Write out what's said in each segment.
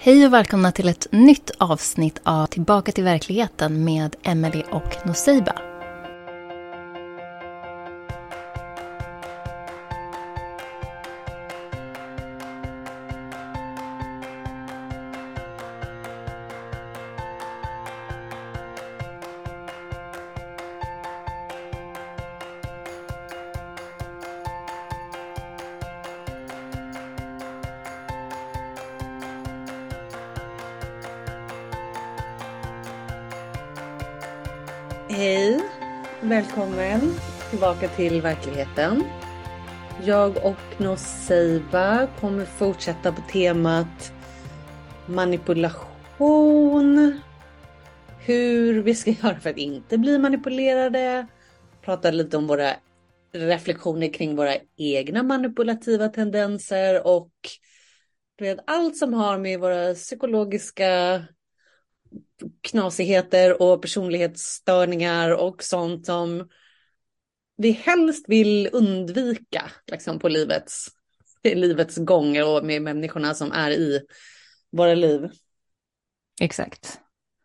Hej och välkomna till ett nytt avsnitt av Tillbaka till verkligheten med Emelie och Noseiba. Hej, välkommen tillbaka till verkligheten. Jag och Noseiba kommer fortsätta på temat manipulation. Hur vi ska göra för att inte bli manipulerade. Prata lite om våra reflektioner kring våra egna manipulativa tendenser. Och allt som har med våra psykologiska knasigheter och personlighetsstörningar och sånt som vi helst vill undvika liksom, på livets gång och med människorna som är i våra liv. Exakt.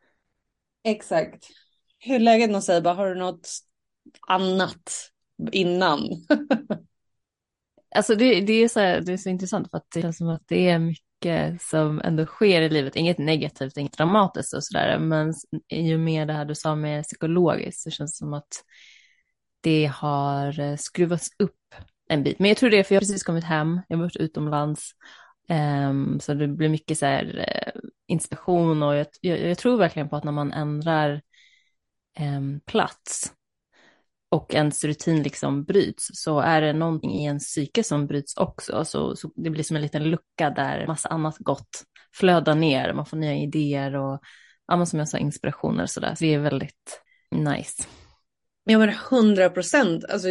Hur är läget Noseiba? Har du något annat innan? Alltså det är så här, det är så intressant för att det känns som att det är mycket som ändå sker i livet. Inget negativt, inget dramatiskt och sådär. Men i och med det här du sa med psykologiskt så känns det som att det har skruvats upp en bit. Men jag tror det är för jag har precis kommit hem. Jag har varit utomlands. Så det blir mycket så här, inspiration och jag tror verkligen på att när man ändrar plats och ens rutin liksom bryts så är det någonting i ens psyke som bryts också. Så det blir som en liten lucka där massa annat gott flödar ner. Man får nya idéer och som jag sa, inspirationer och sådär. Så det är väldigt nice. Ja men 100%. Alltså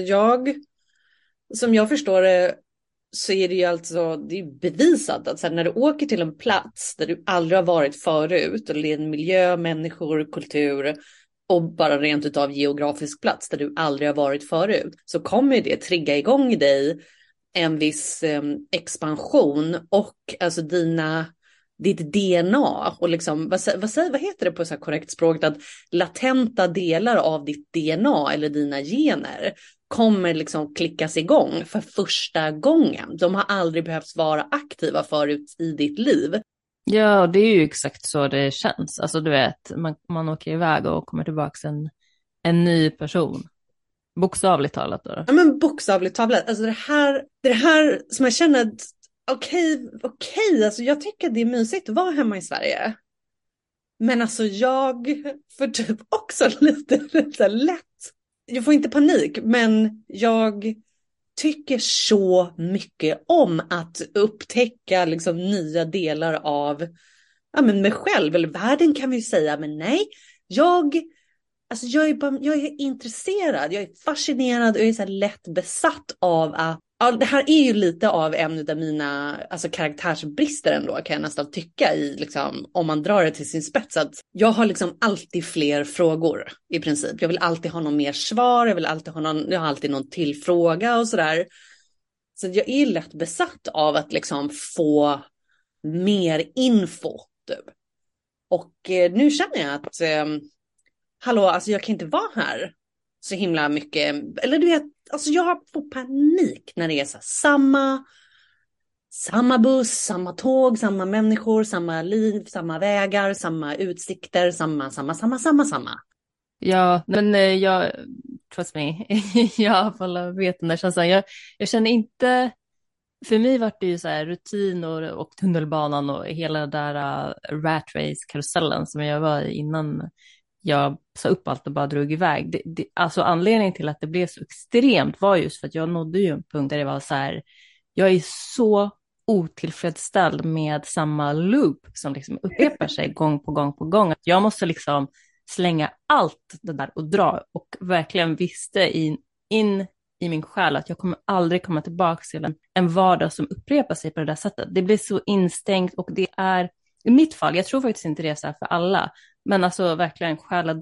som jag förstår det så är det ju alltså, det är bevisat att så här, när du åker till en plats där du aldrig har varit förut och det är en miljö, människor, kultur och bara rent utav geografisk plats där du aldrig har varit förut så kommer det trigga igång i dig en viss expansion och alltså ditt DNA och liksom, vad heter det på så här korrekt språk, att latenta delar av ditt DNA eller dina gener kommer liksom klickas igång för första gången. De har aldrig behövt vara aktiva förut i ditt liv. Ja, det är ju exakt så det känns. Alltså du vet, man åker iväg och kommer tillbaka en ny person. Bokstavligt talat då. Ja men bokstavligt talat. Alltså det här som jag känner att okej, alltså jag tycker det är mysigt att vara hemma i Sverige. Men alltså jag får typ också lite lätt. Jag får inte panik, men jag tycker så mycket om att upptäcka liksom nya delar av mig själv eller världen kan vi ju säga, men nej, jag är intresserad, jag är fascinerad och jag är så här lätt besatt av att det här är ju lite av en av mina karaktärsbrister ändå kan jag nästan tycka i liksom, om man drar det till sin spets, att jag har liksom alltid fler frågor i princip. Jag vill alltid ha någon mer svar, jag har alltid någon till fråga och sådär. Så jag är lätt besatt av att liksom få mer info typ. Och nu känner jag att alltså jag kan inte vara här så himla mycket, eller du vet, alltså jag får panik när det är så samma buss, samma tåg, samma människor, samma liv, samma vägar, samma utsikter, samma. Ja, men jag, trust me, jag vet den där känslan. Jag känner inte, för mig var det ju så här rutin och tunnelbanan och hela den där rat race-karusellen som jag var i innan jag sa upp allt och bara drog iväg. Alltså anledningen till att det blev så extremt var just för att jag nådde ju en punkt där det var så här, jag är så otillfredsställd med samma loop som liksom upprepar sig gång på gång. Att jag måste liksom slänga allt det där och dra och verkligen visste in i min själ att jag kommer aldrig komma tillbaka till en vardag som upprepar sig på det där sättet. Det blir så instängt och det är, i mitt fall, jag tror faktiskt inte det är så här för alla, men alltså verkligen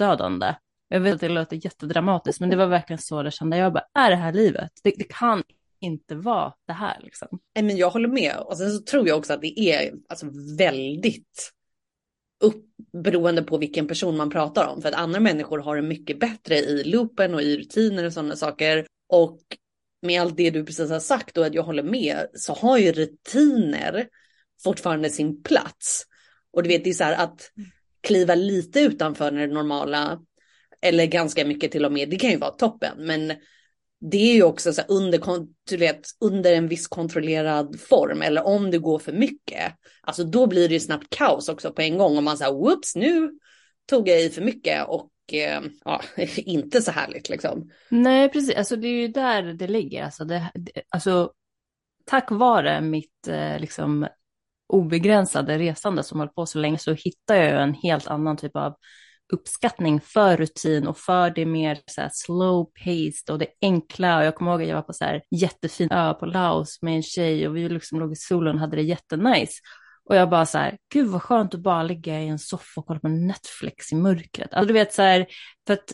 själadödande. Jag vet att det låter jättedramatiskt, men det var verkligen så det kände. Jag bara, är det här livet? Det kan inte vara det här liksom. Nej, men jag håller med. Och sen så tror jag också att det är alltså väldigt beroende på vilken person man pratar om. För att andra människor har det mycket bättre i loopen och i rutiner och sådana saker. Och med allt det du precis har sagt och att jag håller med, så har ju rutiner fortfarande sin plats. Och du vet, det är så här att kliva lite utanför det normala, eller ganska mycket till och med, det kan ju vara toppen. Men det är ju också så här under en viss kontrollerad form, eller om det går för mycket. Alltså då blir det ju snabbt kaos också på en gång. Och man säger, whoops, nu tog jag i för mycket och ja, inte så härligt liksom. Nej, precis. Alltså det är ju där det ligger. Alltså tack vare mitt liksom obegränsade resande som håller på så länge, så hittar jag ju en helt annan typ av uppskattning för rutin och för det mer så här slow paced och det enkla. Och jag kommer ihåg att jag var på så här jättefin ö på Laos med en tjej och vi liksom låg i solen och hade det jättenice. Och jag bara så här, gud vad skönt att bara ligga i en soffa och kolla på Netflix i mörkret. Alltså du vet så här, för att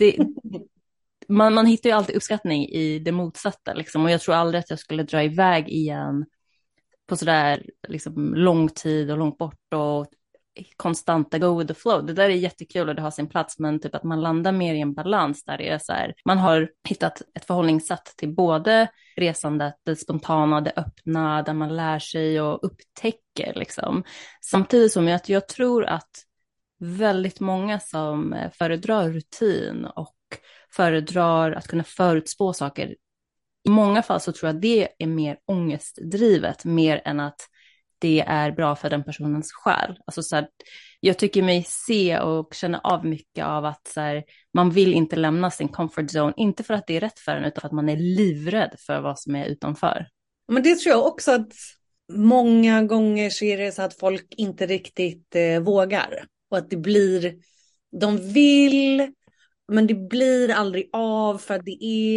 man hittar ju alltid uppskattning i det motsatta liksom. Och jag tror aldrig att jag skulle dra iväg igen på sådär liksom lång tid och långt bort och konstanta go with the flow. Det där är jättekul och det har sin plats, men typ att man landar mer i en balans där det är så här, man har hittat ett förhållningssätt till både resandet, det spontana, det öppna, där man lär sig och upptäcker liksom. Samtidigt som jag tror att väldigt många som föredrar rutin och föredrar att kunna förutspå saker, i många fall så tror jag det är mer ångestdrivet, mer än att det är bra för den personens själ. Alltså så här, jag tycker mig se och känna av mycket av att så här, man vill inte lämna sin comfort zone, inte för att det är rätt för en, utan för att man är livrädd för vad som är utanför. Men det tror jag också, att många gånger så är det så att folk inte riktigt vågar. Och att det blir, de vill, men det blir aldrig av för att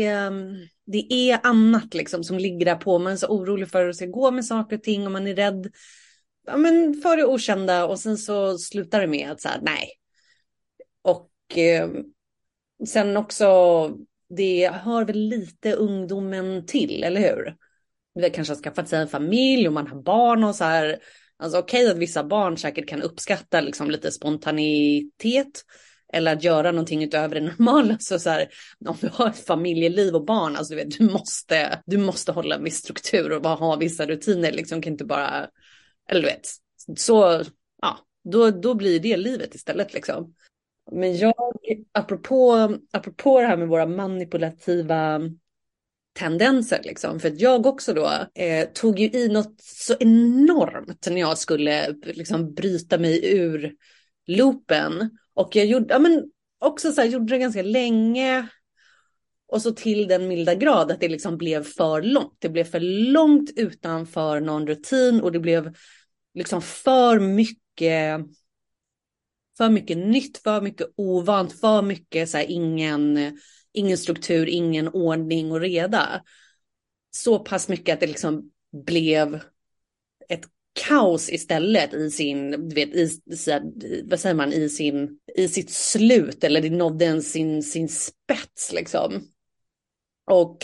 det är annat liksom som ligger där på. Man är så orolig för att det ska gå med saker och ting och man är rädd, ja, men för det okända, och sen så slutar det med att så här, nej. Och sen också, det hör väl lite ungdomen till, eller hur? Det kanske har skaffat sig en familj och man har barn och så här. Alltså okej, att vissa barn säkert kan uppskatta liksom lite spontanitet eller att göra någonting utöver det normala. Så här, om du har ett familjeliv och barn, alltså du vet, du måste hålla en viss struktur och bara ha vissa rutiner, liksom kan inte bara, eller du vet, så ja, då blir det livet istället liksom. Men apropå det här med våra manipulativa tendenser liksom, för att jag också då tog ju i något så enormt när jag skulle liksom bryta mig ur loopen, och jag gjorde, ja, men också så här, gjorde det ganska länge, och så till den milda grad att det liksom blev för långt. Det blev för långt utanför någon rutin, och det blev liksom för mycket nytt, för mycket ovant, för mycket så här, ingen struktur, ingen ordning och reda. Så pass mycket att det liksom blev ett kaos istället i sin, du vet, vad säger man, i sitt slut, eller det nådde sin spets liksom. Och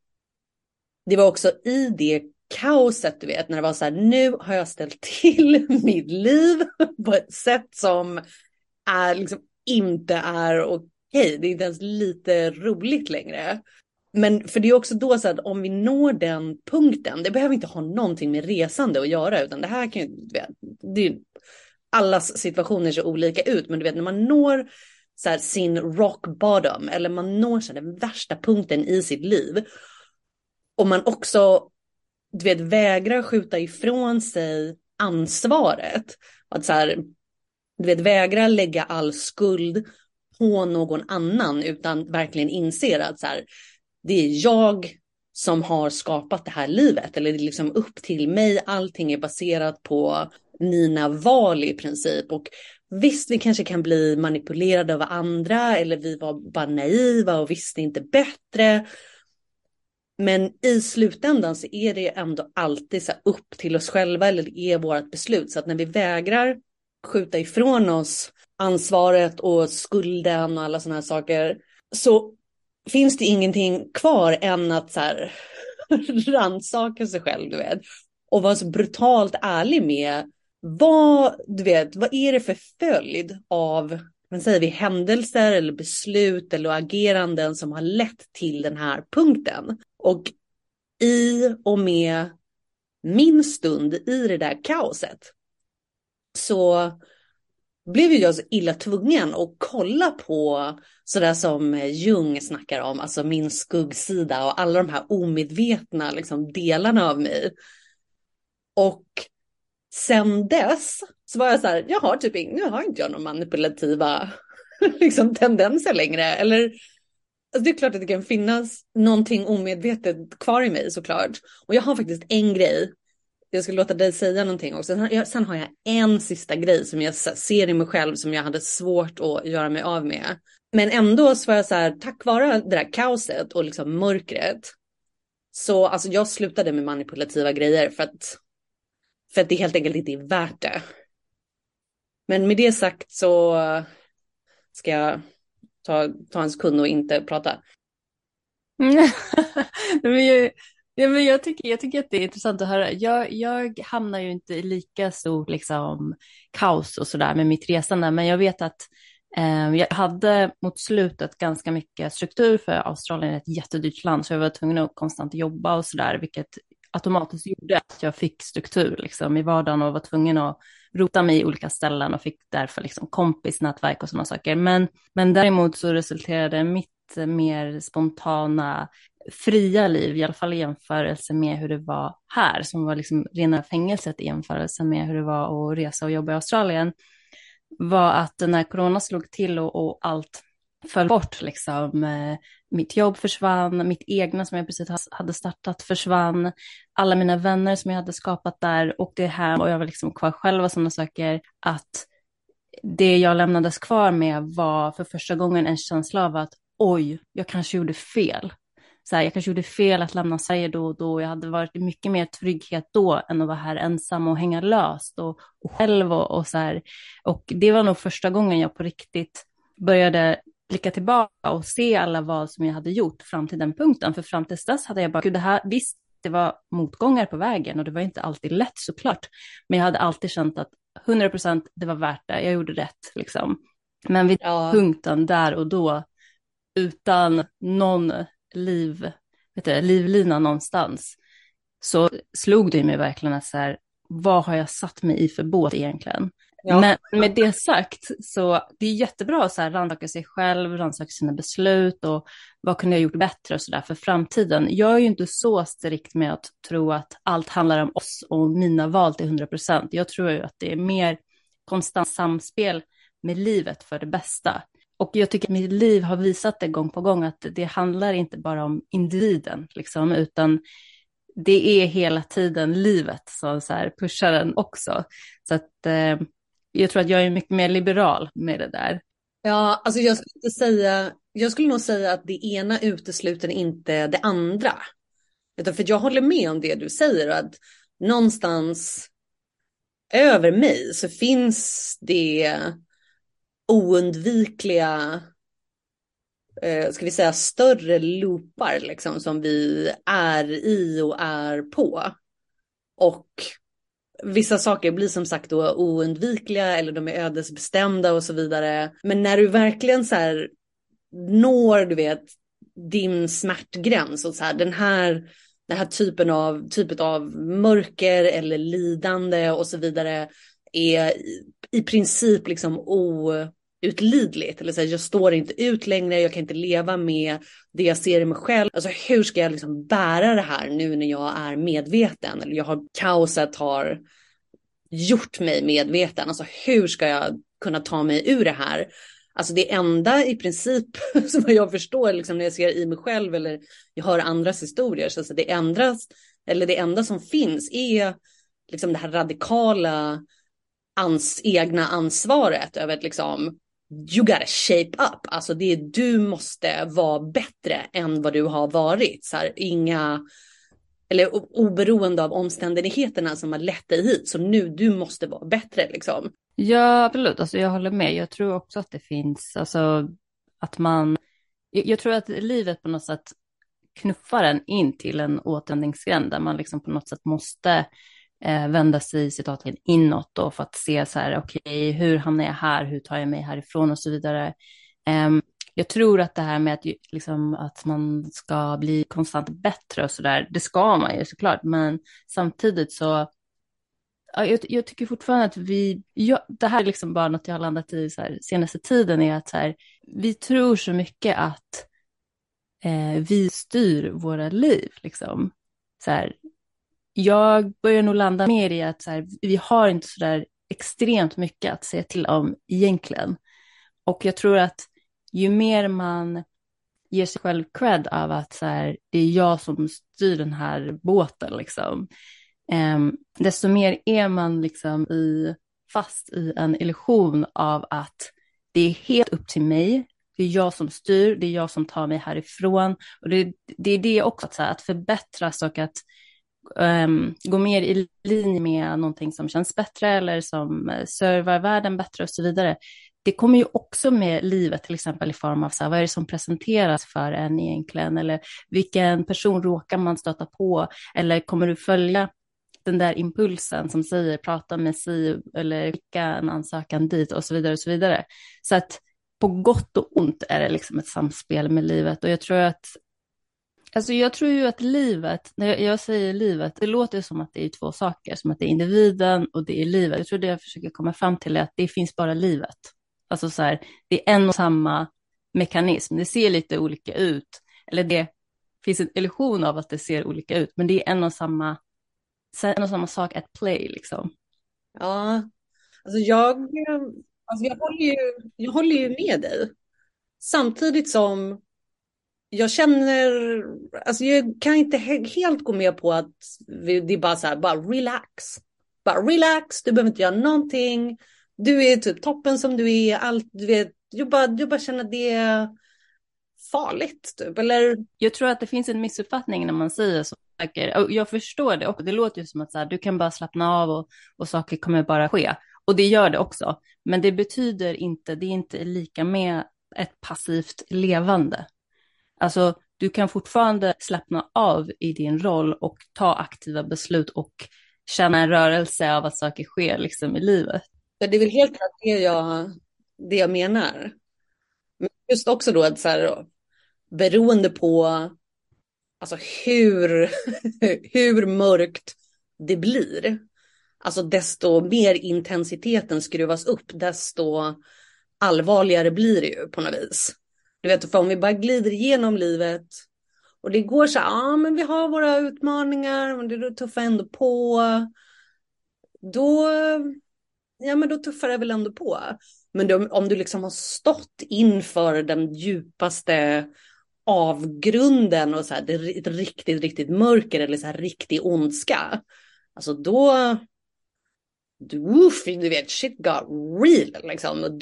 det var också i det kaoset, du vet, när det var så här, nu har jag ställt till mitt liv på ett sätt som är liksom inte är okej. Det är inte ens lite roligt längre. Men för det är också då så att om vi når den punkten, det behöver inte ha någonting med resande att göra, utan det här kan ju, det är, allas situationer ser olika ut, men du vet, när man når så här sin rock bottom, eller man når så här den värsta punkten i sitt liv, och man också, du vet, vägrar skjuta ifrån sig ansvaret, att så här, du vet, vägrar lägga all skuld på någon annan, utan verkligen inser att så här, det är jag som har skapat det här livet, eller det är liksom upp till mig, allting är baserat på mina val i princip. Och visst, vi kanske kan bli manipulerade av andra, eller vi var bara naiva och visste inte bättre. Men i slutändan så är det ändå alltid så upp till oss själva, eller det är vårt beslut. Så att när vi vägrar skjuta ifrån oss ansvaret och skulden och alla sådana här saker, så finns det ingenting kvar än att så här, rannsaka sig själv, du vet. Och vara så brutalt ärlig med vad är det för följd av, men säger vi, händelser eller beslut eller ageranden som har lett till den här punkten. Och i och med min stund i det där kaoset så blev jag så illa tvungen att kolla på sådär som Jung snackar om, alltså min skuggsida och alla de här omedvetna liksom, delarna av mig. Och sen dess så var jag så här, nu har inte jag några manipulativa liksom, tendenser längre. Eller, alltså det är klart att det kan finnas någonting omedvetet kvar i mig såklart. Och jag har faktiskt en grej. Jag ska låta dig säga någonting också. Sen har jag en sista grej som jag ser i mig själv som jag hade svårt att göra mig av med. Men ändå så var jag så här, tack vare det där kaoset och liksom mörkret. Så alltså jag slutade med manipulativa grejer för att det helt enkelt inte är värt det. Men med det sagt så ska jag ta en sekund och inte prata. Men jag tycker att det är intressant att höra. Jag hamnar ju inte i lika stort liksom, kaos och sådär med mitt resande, men jag vet att jag hade mot slutet ganska mycket struktur, för Australien är ett jättedyrt land, så jag var tvungen att konstant jobba och sådär, vilket automatiskt gjorde att jag fick struktur liksom, i vardagen och var tvungen att rota mig i olika ställen och fick därför liksom, kompisnätverk och sådana saker. Men däremot så resulterade mitt mer spontana fria liv, i alla fall i jämförelse med hur det var här, som var liksom rena fängelset i jämförelse med hur det var att resa och jobba i Australien, var att när corona slog till och allt föll bort, liksom, mitt jobb försvann, mitt egna som jag precis hade startat försvann, alla mina vänner som jag hade skapat där åkte hem och jag var liksom kvar själv och sådana saker, att det jag lämnades kvar med var för första gången en känsla av att oj, jag kanske gjorde fel. Så här, jag kanske gjorde fel att lämna Sverige då och då. Jag hade varit i mycket mer trygghet då än att vara här ensam och hänga löst och själv och så här. Och det var nog första gången jag på riktigt började blicka tillbaka och se alla val som jag hade gjort fram till den punkten. För fram till dess hade jag bara, gud, det här, visst, det var motgångar på vägen och det var inte alltid lätt såklart. Men jag hade alltid känt att 100% det var värt det, jag gjorde rätt liksom. Men vid punkten där och då, utan någon livlina någonstans, så slog det mig verkligen att så här, vad har jag satt mig i för båt egentligen? Ja. Men med det sagt, så det är jättebra att så här rannsaka sig själv, rannsaka sina beslut och vad kunde jag gjort bättre och sådär för framtiden. Jag är ju inte så strikt med att tro att allt handlar om oss och mina val till 100%. Jag tror ju att det är mer konstant samspel med livet för det bästa. Och jag tycker att mitt liv har visat det gång på gång att det handlar inte bara om individen, liksom, utan det är hela tiden livet som så här pushar den också. Så att jag tror att jag är mycket mer liberal med det där. Ja, alltså jag skulle nog säga att det ena utesluter inte det andra. För jag håller med om det du säger, att någonstans över mig så finns det oundvikliga, ska vi säga, större loopar liksom, som vi är i och är på. Och vissa saker blir som sagt då oundvikliga eller de är ödesbestämda och så vidare. Men när du verkligen så här når, du vet, din smärtgräns och så här, den här typen av mörker eller lidande och så vidare är i princip liksom outlidligt. Eller så här, jag står inte ut längre, jag kan inte leva med det jag ser i mig själv. Alltså hur ska jag liksom bära det här nu när jag är medveten? Eller kaoset har gjort mig medveten. Alltså hur ska jag kunna ta mig ur det här? Alltså det enda i princip som jag förstår liksom, när jag ser i mig själv eller jag hör andras historier, så alltså det enda som finns är liksom det här radikala egna ansvaret över att liksom, you gotta shape up. Alltså du måste vara bättre än vad du har varit. Så här, oberoende av omständigheterna som har lett dig hit. Så nu, du måste vara bättre liksom. Ja, absolut. Alltså, jag håller med. Jag tror också att det finns, alltså, att jag tror att livet på något sätt knuffar en in till en återvändingsgränd där man liksom på något sätt måste vända sig citatligen inåt då för att se så här, okej, hur hamnar jag här, hur tar jag mig härifrån och så vidare. Jag tror att det här med att, liksom, att man ska bli konstant bättre och så där, det ska man ju såklart, men samtidigt så, ja, jag tycker fortfarande att det här är liksom bara något jag har landat i så här, senaste tiden, är att så här, vi tror så mycket att vi styr våra liv, liksom. Så här, jag börjar nog landa mer i att så här, vi har inte så där extremt mycket att säga till om egentligen. Och jag tror att ju mer man ger sig själv cred av att så här, det är jag som styr den här båten, liksom, desto mer är man liksom fast i en illusion av att det är helt upp till mig. Det är jag som styr, det är jag som tar mig härifrån. Och det är det också, att förbättras och att gå mer i linje med någonting som känns bättre eller som servar världen bättre och så vidare. Det kommer ju också med livet, till exempel i form av så här, vad är det som presenteras för en egentligen, eller vilken person råkar man stöta på, eller kommer du följa den där impulsen som säger prata med sig eller skicka en ansökan dit och så vidare och så vidare. Så att på gott och ont är det liksom ett samspel med livet, och jag tror att jag tror ju att livet, när jag säger livet, det låter som att det är två saker, som att det är individen och det är livet. Jag tror det jag försöker komma fram till är att det finns bara livet. Alltså så här, det är en och samma mekanism. Det ser lite olika ut, eller det finns en illusion av att det ser olika ut, men det är en och samma sak at play, liksom. Ja, alltså jag håller ju med dig. Samtidigt som jag känner, alltså jag kan inte helt gå med på att det är bara så här, bara relax. Bara relax, du behöver inte göra någonting. Du är typ toppen som du är, allt, du vet, jag bara känner att det är farligt typ, eller? Jag tror att det finns en missuppfattning när man säger så saker. Och jag förstår det, och det låter ju som att så här, du kan bara slappna av och saker kommer bara ske. Och det gör det också. Men det betyder inte, det är inte lika med ett passivt levande. Alltså, du kan fortfarande slappna av i din roll och ta aktiva beslut och känna en rörelse av att saker sker liksom i livet. Det är väl helt klart det jag menar. Men just också då att så här, beroende på alltså hur mörkt det blir, alltså desto mer intensiteten skruvas upp, desto allvarligare blir det ju på något vis. Du vet, för om vi bara glider igenom livet och det går så här, ja men vi har våra utmaningar, men det tuffar ändå på, då, ja men då tuffar det väl ändå på. Men om du liksom har stått inför den djupaste avgrunden och så här, det är ett riktigt, riktigt mörker eller så här riktig ondska, alltså då, du vet, shit got real liksom.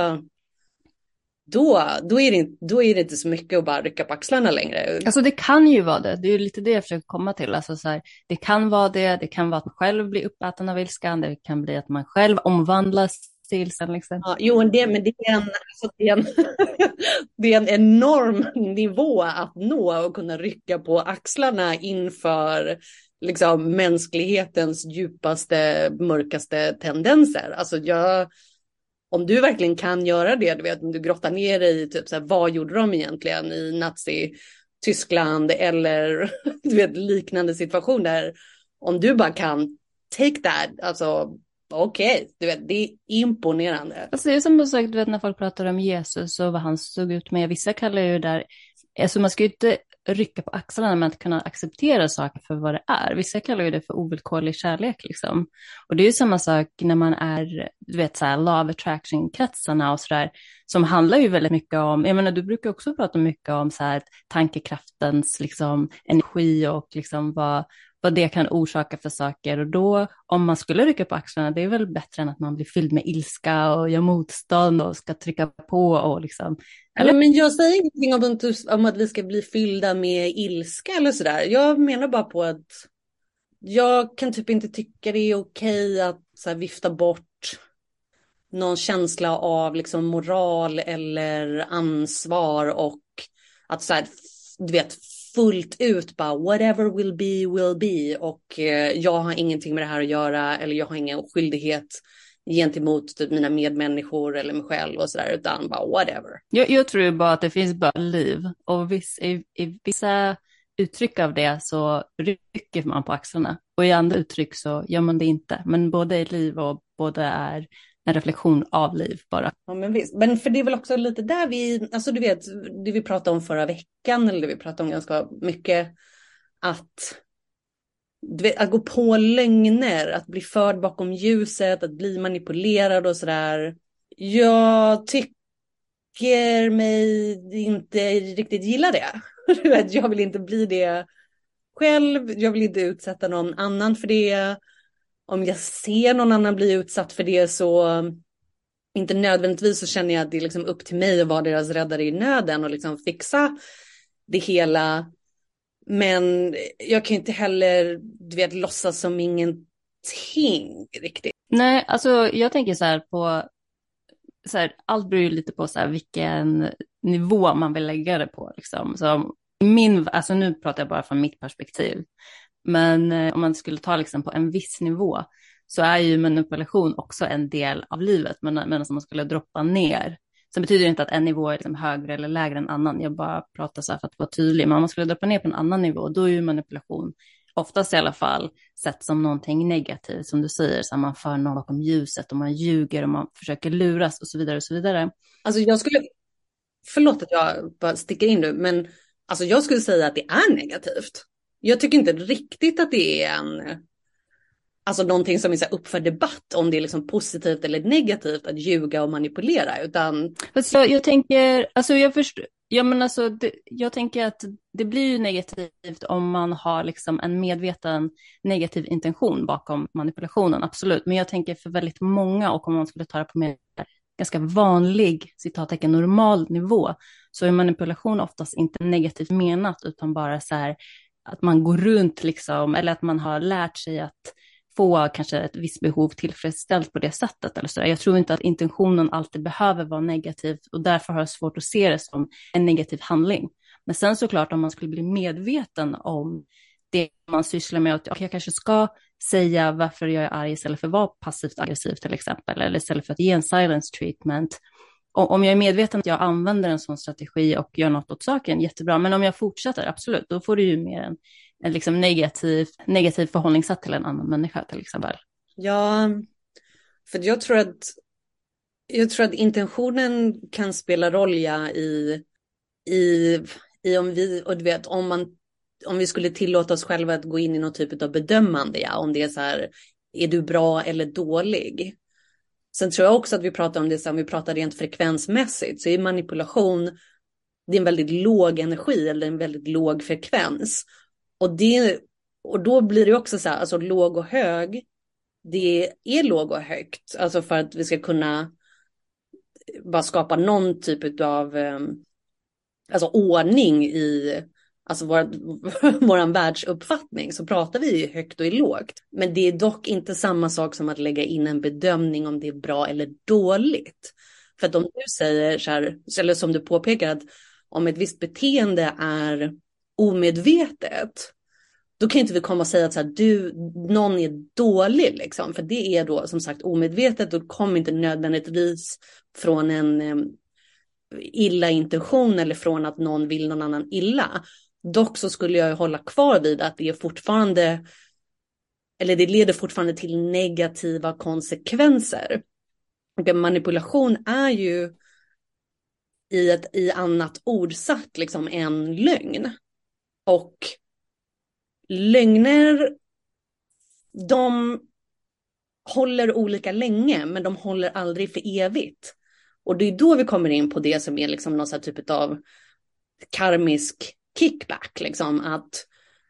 Då är det inte så mycket att bara rycka på axlarna längre. Alltså det kan ju vara det. Det är ju lite det jag försöker komma till. Alltså så här, det kan vara det. Det kan vara att man själv blir uppäten av ilskan. Det kan bli att man själv omvandlas till ilskan. Liksom. Ja, jo, men det är det är en enorm nivå att nå och kunna rycka på axlarna inför liksom mänsklighetens djupaste, mörkaste tendenser. Alltså om du verkligen kan göra det, du vet, om du grottar ner dig i typ så här, vad gjorde de egentligen i Nazi-Tyskland eller du vet, liknande situationer. Om du bara kan take that, alltså okej, du vet, det är imponerande. Alltså det är som sagt, du vet, när folk pratar om Jesus och vad han såg ut med. Vissa kallar ju det där, alltså man ska ju inte rycka på axlarna med att kunna acceptera saker för vad det är. Vissa kallar ju det för ovillkorlig kärlek liksom. Och det är ju samma sak när man är, du vet, så här law of attraction-kretsarna och sådär, som handlar ju väldigt mycket om, jag menar du brukar också prata mycket om så här tankekraftens liksom energi och liksom vad det kan orsaka för saker. Och då, om man skulle rycka på axlarna, det är väl bättre än att man blir fylld med ilska och gör motstånd och ska trycka på och liksom. Eller? Men jag säger ingenting om att vi ska bli fyllda med ilska eller sådär. Jag menar bara på att jag kan typ inte tycka det är okej att så här, vifta bort någon känsla av liksom moral eller ansvar och att så här, du vet, fullt ut bara whatever will be och jag har ingenting med det här att göra eller jag har ingen skyldighet gentemot typ mina medmänniskor eller mig själv och sådär, utan bara whatever. Jag tror ju bara att det finns bara liv och i vissa uttryck av det så rycker man på axlarna och i andra uttryck så gör man det inte. Men både är liv och både är en reflektion av liv bara. Ja men visst, men för det är väl också lite där vi, alltså du vet, det vi pratade om förra veckan eller det vi pratade om ganska mycket, att du vet, att gå på lögner, att bli förd bakom ljuset, att bli manipulerad och sådär. Jag tycker mig inte riktigt gilla det. Du vet, jag vill inte bli det själv, jag vill inte utsätta någon annan för det. Om jag ser någon annan bli utsatt för det så inte nödvändigtvis så känner jag att det är liksom upp till mig att vara deras räddare i nöden och liksom fixa det hela. Men jag kan inte heller, du vet, låtsas som ingenting riktigt. Nej, alltså jag tänker så här på, så här, allt beror ju lite på så här, vilken nivå man vill lägga det på. Liksom. Så alltså nu pratar jag bara från mitt perspektiv. Men om man skulle ta liksom på en viss nivå så är ju manipulation också en del av livet. Men om man skulle droppa ner så betyder det inte att en nivå är liksom högre eller lägre än annan. Jag bara pratar så här för att vara tydlig. Men om man skulle droppa ner på en annan nivå då är ju manipulation oftast i alla fall sett som någonting negativt. Som du säger, så man för någon bakom ljuset och man ljuger och man försöker luras och så vidare och så vidare. Alltså jag skulle, förlåt att jag bara sticker in nu, men alltså jag skulle säga att det är negativt. Jag tycker inte riktigt att det är alltså någonting som är så upp för debatt om det är liksom positivt eller negativt att ljuga och manipulera, utan... Fast jag tänker, alltså jag förstår, ja men alltså jag tänker att det blir ju negativt om man har liksom en medveten negativ intention bakom manipulationen, absolut. Men jag tänker för väldigt många, och om man skulle ta det på mer ganska vanlig, citattecken, normal nivå, så är manipulation oftast inte negativt menat, utan bara så här att man går runt liksom, eller att man har lärt sig att få kanske ett visst behov tillfredsställt på det sättet. Eller så. Jag tror inte att intentionen alltid behöver vara negativ och därför har jag svårt att se det som en negativ handling. Men sen såklart om man skulle bli medveten om det man sysslar med, att jag kanske ska säga varför jag är arg istället för att vara passivt aggressiv till exempel, eller istället för att ge en silence treatment. Om jag är medveten att jag använder en sån strategi och gör något åt saken, jättebra. Men om jag fortsätter, absolut, då får du ju mer en liksom negativ förhållningssätt till en annan människa till exempel. Ja, för jag tror att intentionen kan spela roll i om vi, och du vet, om vi skulle tillåta oss själva att gå in i någon typ av bedömande, ja, om det är så här, är du bra eller dålig? Sen tror jag också att vi pratar om det som vi pratar rent frekvensmässigt, så är manipulation, det är en väldigt låg energi eller en väldigt låg frekvens. Och då blir det också så här, alltså låg och hög, det är låg och högt, alltså för att vi ska kunna bara skapa någon typ av alltså ordning i alltså våran världsuppfattning, så pratar vi högt och i lågt. Men det är dock inte samma sak som att lägga in en bedömning om det är bra eller dåligt. För att om du säger så här, eller som du påpekar, att om ett visst beteende är omedvetet, då kan inte vi komma och säga att så här, någon är dålig liksom. För det är då som sagt omedvetet och kommer inte nödvändigtvis från en illa intention eller från att någon vill någon annan illa. Dock så skulle jag hålla kvar vid att det är fortfarande, eller det leder fortfarande till negativa konsekvenser. Och manipulation är ju i annat ord satt liksom en lögn. Och lögner, de håller olika länge, men de håller aldrig för evigt. Och det är då vi kommer in på det som är liksom någon sån här typ av karmisk kickback, liksom att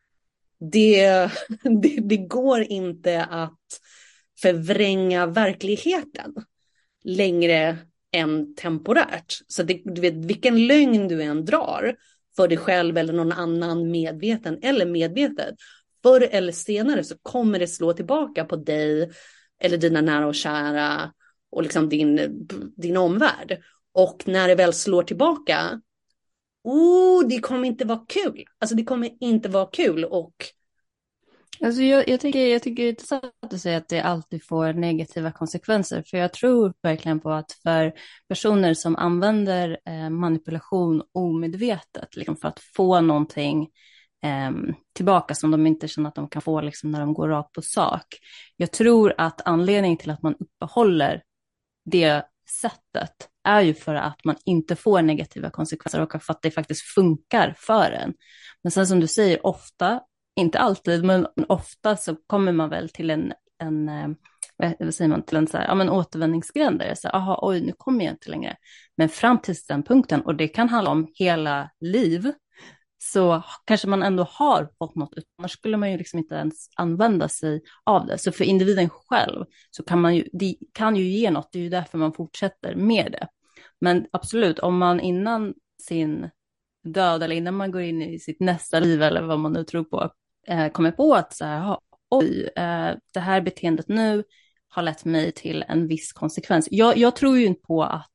det går inte att förvränga verkligheten längre än temporärt. Så du vet, vilken lögn du än drar för dig själv eller någon annan, medveten eller medvetet, förr eller senare så kommer det slå tillbaka på dig eller dina nära och kära och liksom din omvärld. Och när det väl slår tillbaka, det kommer inte vara kul. Alltså det kommer inte vara kul och Alltså jag tycker det är intressant att du säger att det alltid får negativa konsekvenser, för jag tror verkligen på att för personer som använder manipulation omedvetet, liksom för att få någonting tillbaka som de inte känner att de kan få liksom, när de går rakt på sak. Jag tror att anledningen till att man uppehåller det sättet är ju för att man inte får negativa konsekvenser och för att det faktiskt funkar för en. Men sen som du säger, ofta, inte alltid, men ofta så kommer man väl till vad säger man, till en så här, ja, men återvändningsgränd där det är så här, aha, oj, nu kommer jag inte längre. Men fram till den punkten, och det kan handla om hela liv, så kanske man ändå har fått något, annars skulle man ju liksom inte ens använda sig av det. Så för individen själv så kan man ju, det kan ju ge något, det är ju därför man fortsätter med det. Men absolut, om man innan sin död eller innan man går in i sitt nästa liv eller vad man nu tror på, kommer på att så här, oj, det här beteendet nu har lett mig till en viss konsekvens. Jag tror ju inte på att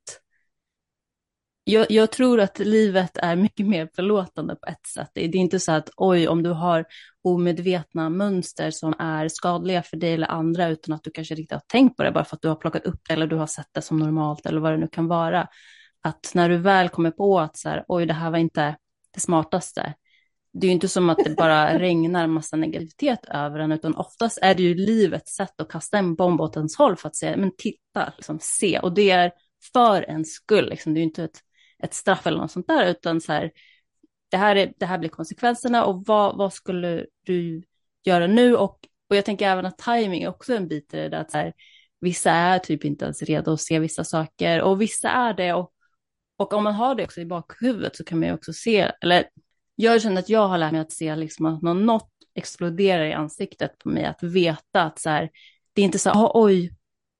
jag tror att livet är mycket mer förlåtande på ett sätt. Det är inte så att oj, om du har omedvetna mönster som är skadliga för dig eller andra utan att du kanske riktigt har tänkt på det bara för att du har plockat upp det eller du har sett det som normalt eller vad det nu kan vara. Att när du väl kommer på att så här, oj, det här var inte det smartaste. Det är ju inte som att det bara regnar en massa negativitet över en, utan oftast är det ju livets sätt att kasta en bomb åt ens håll för att säga, men titta, liksom, se. Och det är för en skull, liksom. Det är ju inte ett straff eller något sånt där, utan så här, det här blir konsekvenserna och vad skulle du göra nu? Och jag tänker även att timing är också en bit i det där, att så här, vissa är typ inte ens redo att se vissa saker och vissa är det, och om man har det också i bakhuvudet så kan man ju också se, eller jag känner att jag har lärt mig att se liksom att något exploderar i ansiktet på mig, att veta att så här, det är inte så här, oj,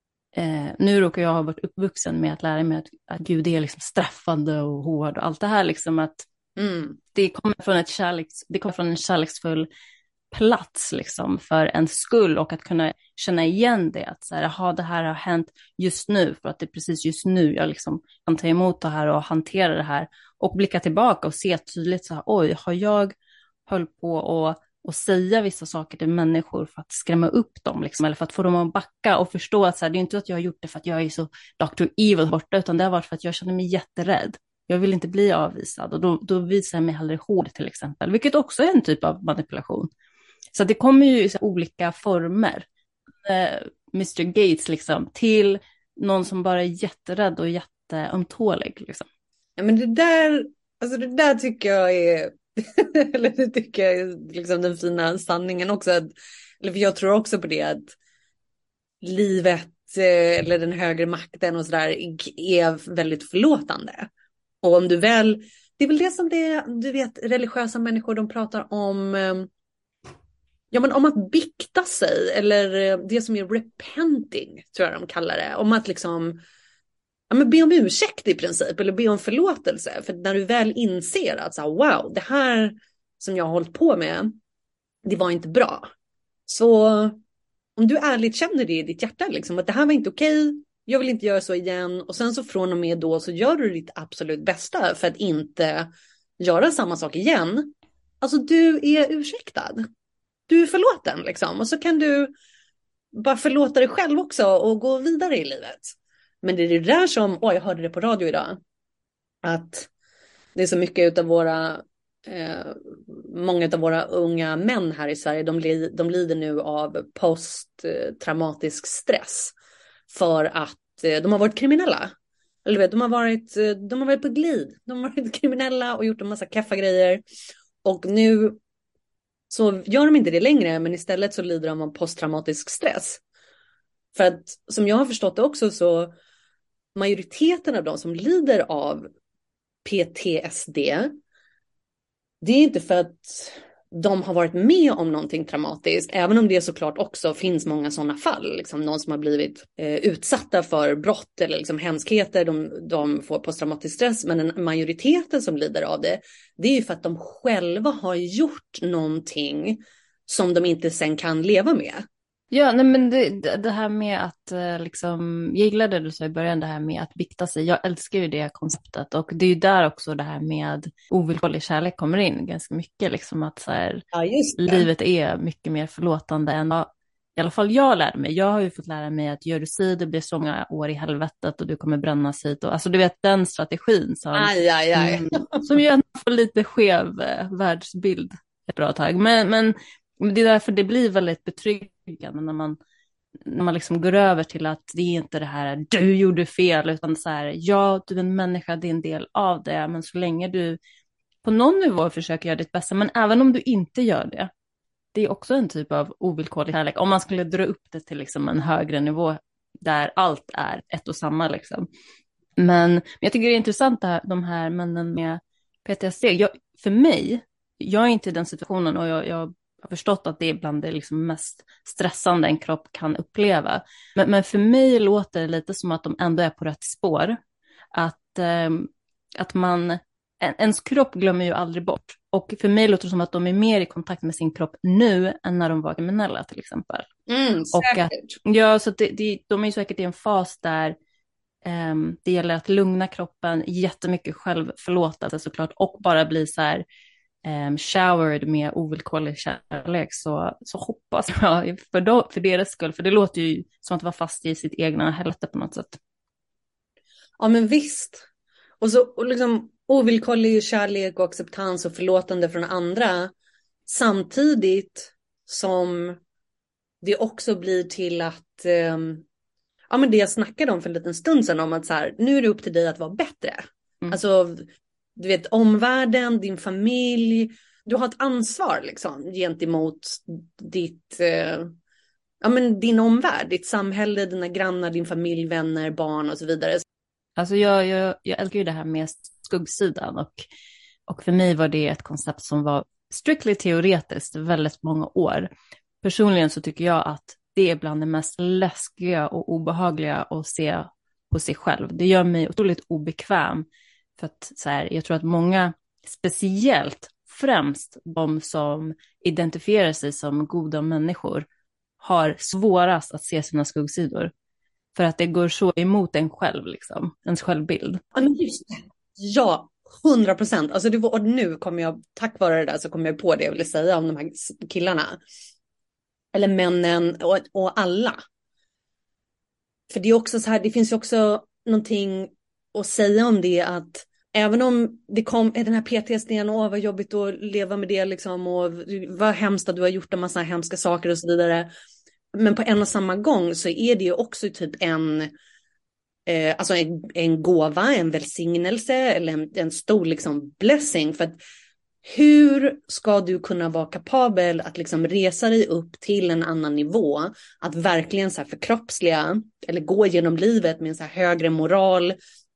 nu råkar jag ha varit uppvuxen med att lära mig att Gud är liksom straffande och hård och allt det här, liksom att det kommer från en kärleksfull plats liksom för en skull, och att kunna känna igen det, att så här, aha, det här har hänt just nu för att det är precis just nu jag liksom kan ta emot det här och hantera det här och blicka tillbaka och se tydligt så här, oj, har jag höll på och säga vissa saker till människor för att skrämma upp dem liksom, eller för att få dem att backa och förstå att så här, det är inte att jag har gjort det för att jag är så Dr. Evil borta, utan det har varit för att jag känner mig jätterädd. Jag vill inte bli avvisad och då visar jag mig hellre hård till exempel, vilket också är en typ av manipulation. Så det kommer ju i så olika former. Mr. Gates liksom, till någon som bara är jätterädd och jätteömtålig. Liksom. Ja, men alltså det där tycker jag är, eller det tycker jag är liksom den fina sanningen också. Eller för jag tror också på det, att livet eller den högre makten och sådär är väldigt förlåtande. Och om du väl, det är väl det som det, du vet, religiösa människor, de pratar om, ja, men om att bikta sig, eller det som är repenting, tror jag de kallar det. Om att liksom, ja, men be om ursäkt i princip, eller be om förlåtelse. För när du väl inser att så här, wow, det här som jag har hållit på med, det var inte bra. Så om du ärligt känner det i ditt hjärta, liksom, att det här var inte okej, jag vill inte göra så igen. Och sen så från och med då så gör du ditt absolut bästa för att inte göra samma sak igen. Alltså du är ursäktad. Du är förlåten liksom. Och så kan du bara förlåta dig själv också och gå vidare i livet. Men det är det där som, jag hörde det på radio idag. Att det är så mycket av många av våra unga män här i Sverige, de lider nu av posttraumatisk stress. För att de har varit kriminella. Eller vet, de har varit på glid. De har varit kriminella och gjort en massa keffa grejer. Och nu så gör de inte det längre, men istället så lider de av posttraumatisk stress. För att som jag har förstått det också, så majoriteten av de som lider av PTSD, det är inte för att de har varit med om någonting traumatiskt, även om det såklart också finns många sådana fall, liksom någon som har blivit utsatta för brott eller liksom hemskheter, de får posttraumatisk stress, men en majoriteten som lider av det är ju för att de själva har gjort någonting som de inte sen kan leva med. Ja, nej men det här med att liksom, jag gillade det du sa i början, det här med att bikta sig. Jag älskar ju det konceptet och det är ju där också det här med ovillkorlig kärlek kommer in ganska mycket, liksom att så här, Ja, just det. livet är mycket mer förlåtande än vad i alla fall jag lärde mig. Jag har ju fått lära mig att gör du si, det blir så många år i helvetet och du kommer brännas hit. Och, alltså du vet den strategin Aj, aj, aj. som ju ändå får lite skev världsbild ett bra tag. Men det är därför det blir väldigt betryggande när man liksom går över till att det är inte det här du gjorde fel, utan så här, ja, du är en människa, det är en del av det, men så länge du på någon nivå försöker göra ditt bästa, men även om du inte gör det, det är också en typ av ovillkorlig kärlek. Om man skulle dra upp det till liksom en högre nivå där allt är ett och samma liksom. Men jag tycker det är intressant det här, de här männen med PTSD. För mig, jag är inte i den situationen och jag har förstått att det är bland det liksom mest stressande en kropp kan uppleva. Men för mig låter det lite som att de ändå är på rätt spår. Att man, ens kropp glömmer ju aldrig bort. Och för mig låter det som att de är mer i kontakt med sin kropp nu än när de var kriminella till exempel. Och att, Säkert. ja, så att de är ju säkert i en fas där det gäller att lugna kroppen, jättemycket självförlåtelse såklart och bara bli så här showered med ovillkorlig kärlek, så hoppas jag för deras skull, för det låter ju som att vara fast i sitt egna helvete på något sätt. Ja, men visst. Och liksom ovillkorlig kärlek och acceptans och förlåtande från andra. Samtidigt som det också blir till att, ja men det jag snackade om för en liten stund sedan om att så här, nu är det upp till dig att vara bättre. Mm. Alltså, du vet, omvärlden, din familj, du har ett ansvar liksom gentemot ditt, ja men din omvärld, ditt samhälle, dina grannar, din familj, vänner, barn och så vidare. Alltså jag älskar ju det här med skuggsidan och för mig var det ett koncept som var strictly teoretiskt väldigt många år. Personligen så tycker jag att det är bland det mest läskiga och obehagliga att se på sig själv. Det gör mig otroligt obekväm för att så här, jag tror att många, speciellt främst de som identifierar sig som goda människor, har svårast att se sina skuggsidor. För att det går så emot en själv, liksom, ens självbild. Ja, men just det. Ja, 100%. Alltså och nu kommer jag, tack vare det där så kommer jag på det jag ville säga om de här killarna. Eller männen och alla. För det är också så här, det finns ju också någonting att säga om det att även om det kom den här PTSD:n och vad jobbigt att leva med det liksom och vad hemskt att du har gjort en massa hemska saker och så vidare. Men på en och samma gång så är det ju också typ alltså en gåva, en välsignelse eller en stor liksom blessing. För att hur ska du kunna vara kapabel att liksom resa dig upp till en annan nivå, att verkligen så här förkroppsliga eller gå genom livet med en så här högre moral,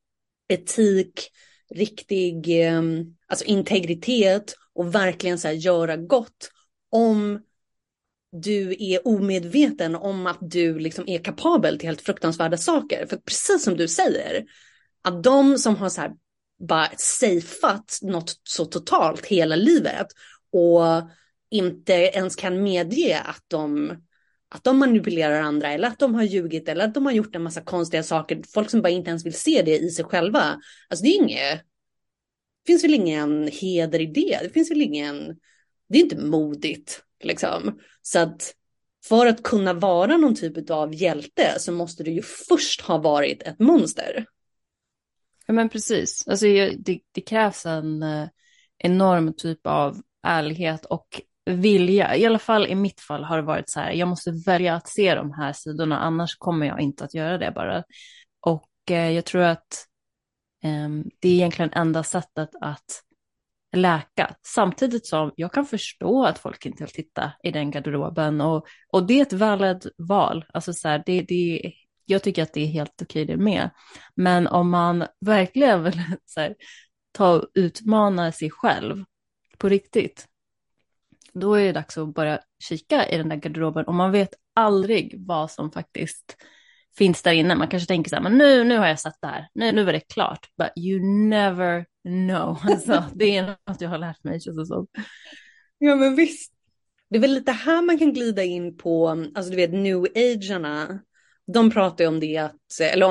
etik, riktig alltså integritet och verkligen så här göra gott om du är omedveten om att du liksom är kapabel till helt fruktansvärda saker. För precis som du säger, att de som har så här bara safeat något så totalt hela livet och inte ens kan medge att de manipulerar andra eller att de har ljugit eller att de har gjort en massa konstiga saker. Folk som bara inte ens vill se det i sig själva. Alltså det finns väl ingen heder i det. Det finns väl det är inte modigt liksom. Så att för att kunna vara någon typ av hjälte så måste du ju först ha varit ett monster. Ja, men precis. Alltså, det krävs en enorm typ av ärlighet och vilja. I alla fall i mitt fall har det varit så här, jag måste välja att se de här sidorna, annars kommer jag inte att göra det bara. Och jag tror att det är egentligen enda sättet att läka. Samtidigt som jag kan förstå att folk inte vill titta i den garderoben och det är ett valid val. Alltså så här, jag tycker att det är helt okej det med. Men om man verkligen vill så här, ta och utmana sig själv på riktigt, då är det dags att börja kika i den där garderoben och man vet aldrig vad som faktiskt finns där inne. Man kanske tänker så här, men nu har jag sett det här. Nu var det klart. But you never know. Alltså, det är något jag har lärt mig. Så. Ja, men visst. Det är väl lite här man kan glida in på, alltså du vet new agearna, de pratar ju om det att, eller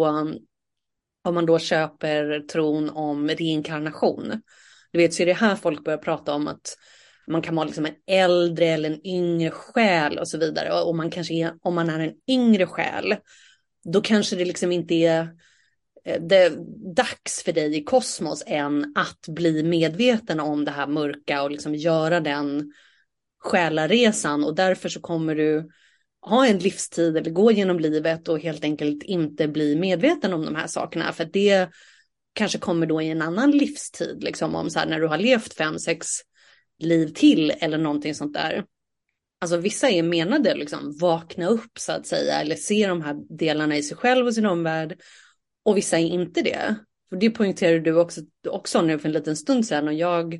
om man då köper tron om reinkarnation. Du vet, så är det här folk börjar prata om att man kan vara liksom en äldre eller en yngre själ och så vidare. Och man kanske är, om man är en yngre själ, då kanske det liksom inte är det dags för dig i kosmos än att bli medveten om det här mörka och liksom göra den själaresan. Och därför så kommer du ha en livstid eller gå genom livet och helt enkelt inte bli medveten om de här sakerna. För det kanske kommer då i en annan livstid, liksom om så här, när du har levt 5-6 liv till eller någonting sånt där. Alltså vissa är menade liksom vakna upp så att säga, eller se de här delarna i sig själv och sin omvärld, och vissa är inte det. För det poängterade du också nu för en liten stund sedan, och jag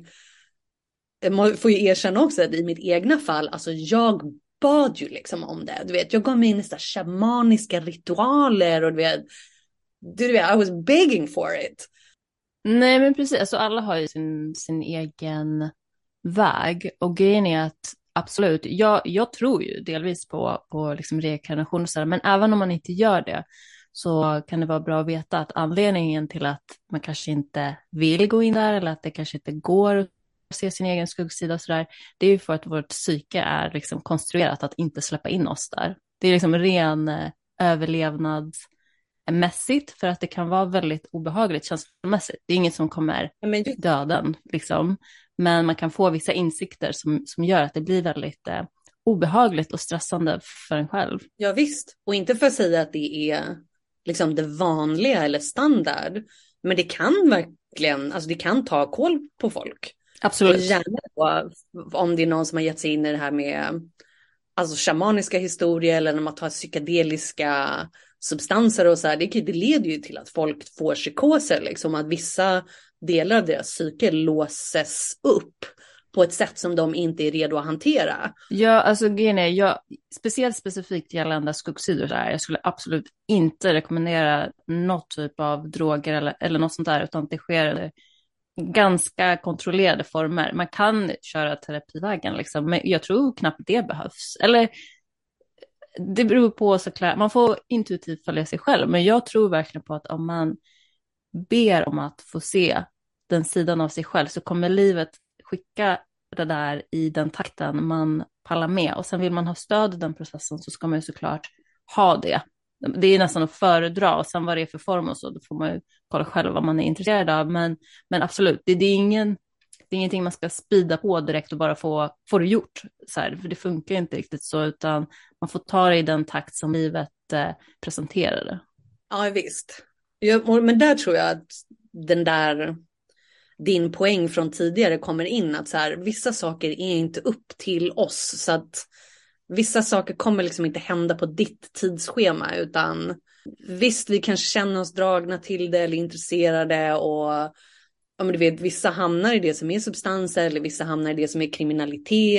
får ju erkänna också att i mitt egna fall, alltså jag bad ju liksom om det. Du vet, jag gav mig in i så shamaniska ritualer och du vet, I was begging for it. Nej, men precis. Alltså, alla har ju sin egen väg. Och grejen är att absolut, jag tror ju delvis på liksom reinkarnation och sådär. Men även om man inte gör det så kan det vara bra att veta att anledningen till att man kanske inte vill gå in där eller att det kanske inte går att se sin egen skuggsida och sådär, det är ju för att vårt psyke är liksom konstruerat att inte släppa in oss där. Det är liksom ren överlevnadsmässigt, för att det kan vara väldigt obehagligt känslomässigt. Det är inget som kommer döden liksom, men man kan få vissa insikter som gör att det blir väldigt obehagligt och stressande för en själv. Ja visst, och inte för att säga att det är liksom det vanliga eller standard, men det kan verkligen, alltså det kan ta koll på folk. Absolut. Och gärna då, om det är någon som har gett sig in i det här med alltså shamaniska historier eller när man tar psykedeliska substanser och så här, det leder ju till att folk får psykoser, liksom att vissa delar av deras psyke låses upp på ett sätt som de inte är redo att hantera. Ja, alltså grejen är, specifikt gällande skuggsidor där, jag skulle absolut inte rekommendera något typ av droger eller något sånt där, utan det sker ganska kontrollerade former. Man kan köra terapivägen liksom, men jag tror knappt det behövs. Eller det beror på såklart, man får intuitivt följa sig själv, men jag tror verkligen på att om man ber om att få se den sidan av sig själv så kommer livet skicka det där i den takten man pallar med. Och sen vill man ha stöd i den processen så ska man ju såklart ha det. Det är nästan att föredra, och sen vad det är för form och så, då får man ju kolla själv vad man är intresserad av. Men absolut, det är ingenting man ska spida på direkt och bara få det gjort. Så här, för det funkar inte riktigt så, utan man får ta det i den takt som livet presenterar det. Ja visst. Men där tror jag att din poäng från tidigare kommer in, att så här, vissa saker är inte upp till oss, så att vissa saker kommer liksom inte hända på ditt tidsschema, utan visst, vi kanske känner oss dragna till det eller intresserade, och ja, men du vet, vissa hamnar i det som är substanser eller vissa hamnar i det som är kriminalitet.